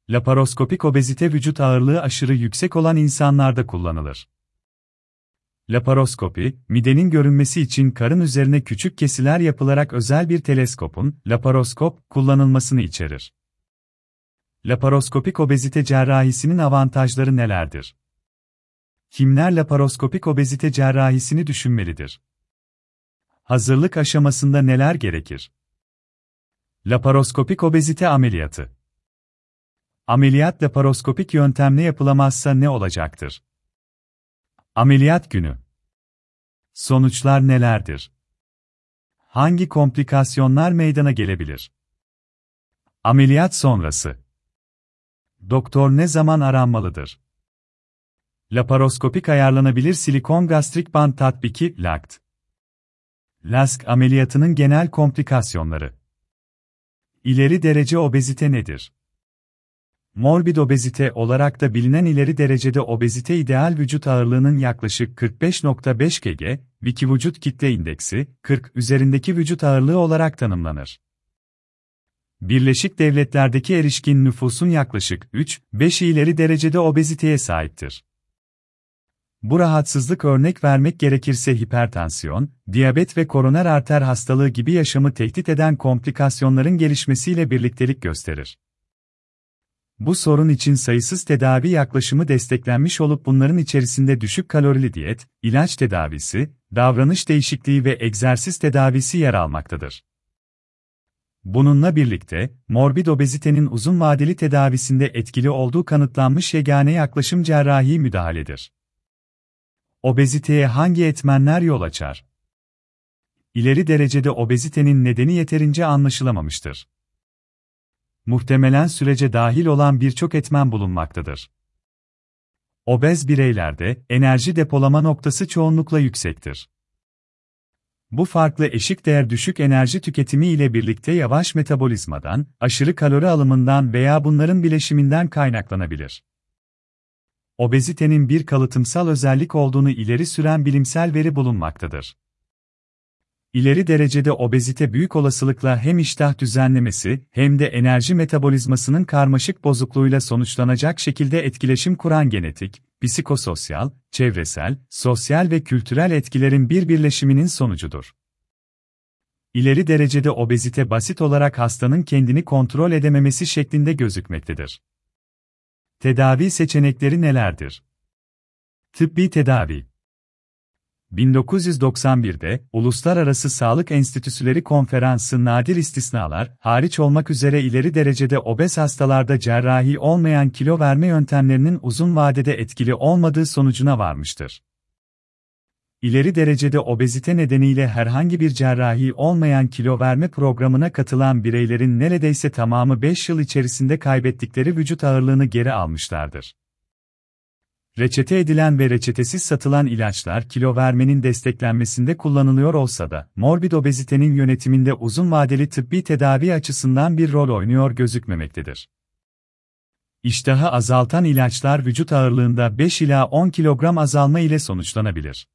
Laparoskopik obezite vücut ağırlığı aşırı yüksek olan insanlarda kullanılır. Laparoskopi, midenin görünmesi için karın üzerine küçük kesiler yapılarak özel bir teleskopun, laparoskop, kullanılmasını içerir. Laparoskopik obezite cerrahisinin avantajları nelerdir? Kimler laparoskopik obezite cerrahisini düşünmelidir? Hazırlık aşamasında neler gerekir? Laparoskopik obezite ameliyatı. Ameliyat laparoskopik yöntemle yapılamazsa ne olacaktır? Ameliyat günü. Sonuçlar nelerdir? Hangi komplikasyonlar meydana gelebilir? Ameliyat sonrası. Doktor ne zaman aranmalıdır? Laparoskopik ayarlanabilir silikon gastrik bant tatbiki, LAGT. LASK ameliyatının genel komplikasyonları. İleri derece obezite nedir? Morbid obezite olarak da bilinen ileri derecede obezite ideal vücut ağırlığının yaklaşık 45.5 kg, Wiki vücut kitle indeksi, 40 üzerindeki vücut ağırlığı olarak tanımlanır. Birleşik Devletler'deki erişkin nüfusun yaklaşık 3-5'i ileri derecede obeziteye sahiptir. Bu rahatsızlık örnek vermek gerekirse hipertansiyon, diyabet ve koroner arter hastalığı gibi yaşamı tehdit eden komplikasyonların gelişmesiyle birliktelik gösterir. Bu sorun için sayısız tedavi yaklaşımı desteklenmiş olup bunların içerisinde düşük kalorili diyet, ilaç tedavisi, davranış değişikliği ve egzersiz tedavisi yer almaktadır. Bununla birlikte, morbid obezitenin uzun vadeli tedavisinde etkili olduğu kanıtlanmış yegane yaklaşım cerrahi müdahaledir. Obeziteye hangi etmenler yol açar? İleri derecede obezitenin nedeni yeterince anlaşılamamıştır. Muhtemelen sürece dahil olan birçok etmen bulunmaktadır. Obez bireylerde enerji depolama noktası çoğunlukla yüksektir. Bu farklı eşik değer düşük enerji tüketimi ile birlikte yavaş metabolizmadan, aşırı kalori alımından veya bunların bileşiminden kaynaklanabilir. Obezitenin bir kalıtımsal özellik olduğunu ileri süren bilimsel veri bulunmaktadır. İleri derecede obezite büyük olasılıkla hem iştah düzenlemesi hem de enerji metabolizmasının karmaşık bozukluğuyla sonuçlanacak şekilde etkileşim kuran genetik, psikososyal, çevresel, sosyal ve kültürel etkilerin bir birleşiminin sonucudur. İleri derecede obezite basit olarak hastanın kendini kontrol edememesi şeklinde gözükmektedir. Tedavi seçenekleri nelerdir? Tıbbi tedavi. 1991'de, Uluslararası Sağlık Enstitüsüleri Konferansı nadir istisnalar, hariç olmak üzere ileri derecede obez hastalarda cerrahi olmayan kilo verme yöntemlerinin uzun vadede etkili olmadığı sonucuna varmıştır. İleri derecede obezite nedeniyle herhangi bir cerrahi olmayan kilo verme programına katılan bireylerin neredeyse tamamı 5 yıl içerisinde kaybettikleri vücut ağırlığını geri almışlardır. Reçete edilen ve reçetesiz satılan ilaçlar kilo vermenin desteklenmesinde kullanılıyor olsa da, morbid obezitenin yönetiminde uzun vadeli tıbbi tedavi açısından bir rol oynuyor gözükmemektedir. İştahı azaltan ilaçlar vücut ağırlığında 5 ila 10 kilogram azalma ile sonuçlanabilir.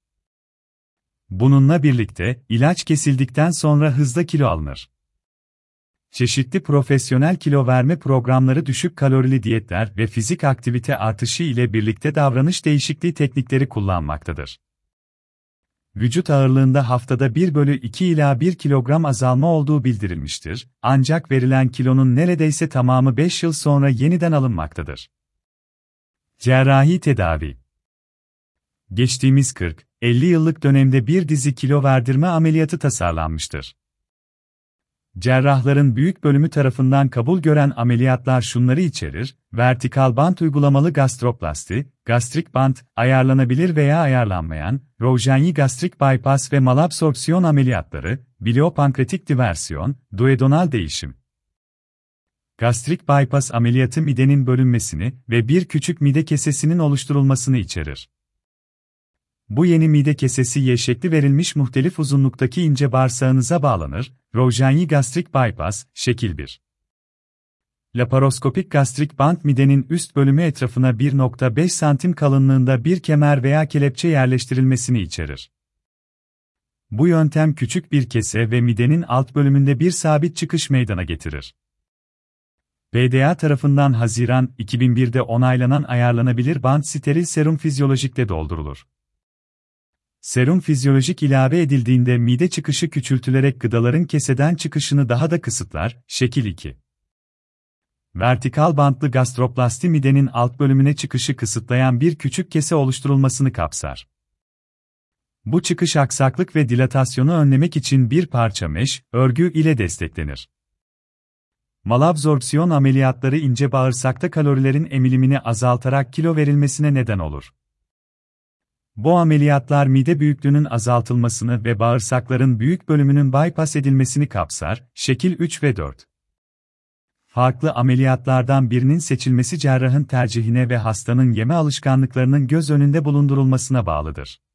Bununla birlikte, ilaç kesildikten sonra hızla kilo alınır. Çeşitli profesyonel kilo verme programları düşük kalorili diyetler ve fizik aktivite artışı ile birlikte davranış değişikliği teknikleri kullanmaktadır. Vücut ağırlığında haftada 1/2 ila 1 kilogram azalma olduğu bildirilmiştir, ancak verilen kilonun neredeyse tamamı 5 yıl sonra yeniden alınmaktadır. Cerrahi tedavi. Geçtiğimiz 40-50 yıllık dönemde bir dizi kilo verdirme ameliyatı tasarlanmıştır. Cerrahların büyük bölümü tarafından kabul gören ameliyatlar şunları içerir: vertikal bant uygulamalı gastroplasti, gastrik bant, ayarlanabilir veya ayarlanmayan, Rogeni gastrik bypass ve malabsorpsiyon ameliyatları, biliopankreatik diversiyon, duodenal değişim. Gastrik bypass ameliyatı midenin bölünmesini ve bir küçük mide kesesinin oluşturulmasını içerir. Bu yeni mide kesesi Y şekli verilmiş muhtelif uzunluktaki ince bağırsağınıza bağlanır. Rogeni gastrik bypass, şekil 1. Laparoskopik gastrik bant midenin üst bölümü etrafına 1.5 santim kalınlığında bir kemer veya kelepçe yerleştirilmesini içerir. Bu yöntem küçük bir kese ve midenin alt bölümünde bir sabit çıkış meydana getirir. FDA tarafından Haziran 2001'de onaylanan ayarlanabilir bant steril serum fizyolojikle doldurulur. Serum fizyolojik ilave edildiğinde mide çıkışı küçültülerek gıdaların keseden çıkışını daha da kısıtlar. Şekil 2. Vertikal bantlı gastroplasti midenin alt bölümüne çıkışı kısıtlayan bir küçük kese oluşturulmasını kapsar. Bu çıkış aksaklık ve dilatasyonu önlemek için bir parça mesh, örgü ile desteklenir. Malabsorpsiyon ameliyatları ince bağırsakta kalorilerin emilimini azaltarak kilo verilmesine neden olur. Bu ameliyatlar mide büyüklüğünün azaltılmasını ve bağırsakların büyük bölümünün bypass edilmesini kapsar. Şekil 3 ve 4. Farklı ameliyatlardan birinin seçilmesi cerrahın tercihine ve hastanın yeme alışkanlıklarının göz önünde bulundurulmasına bağlıdır.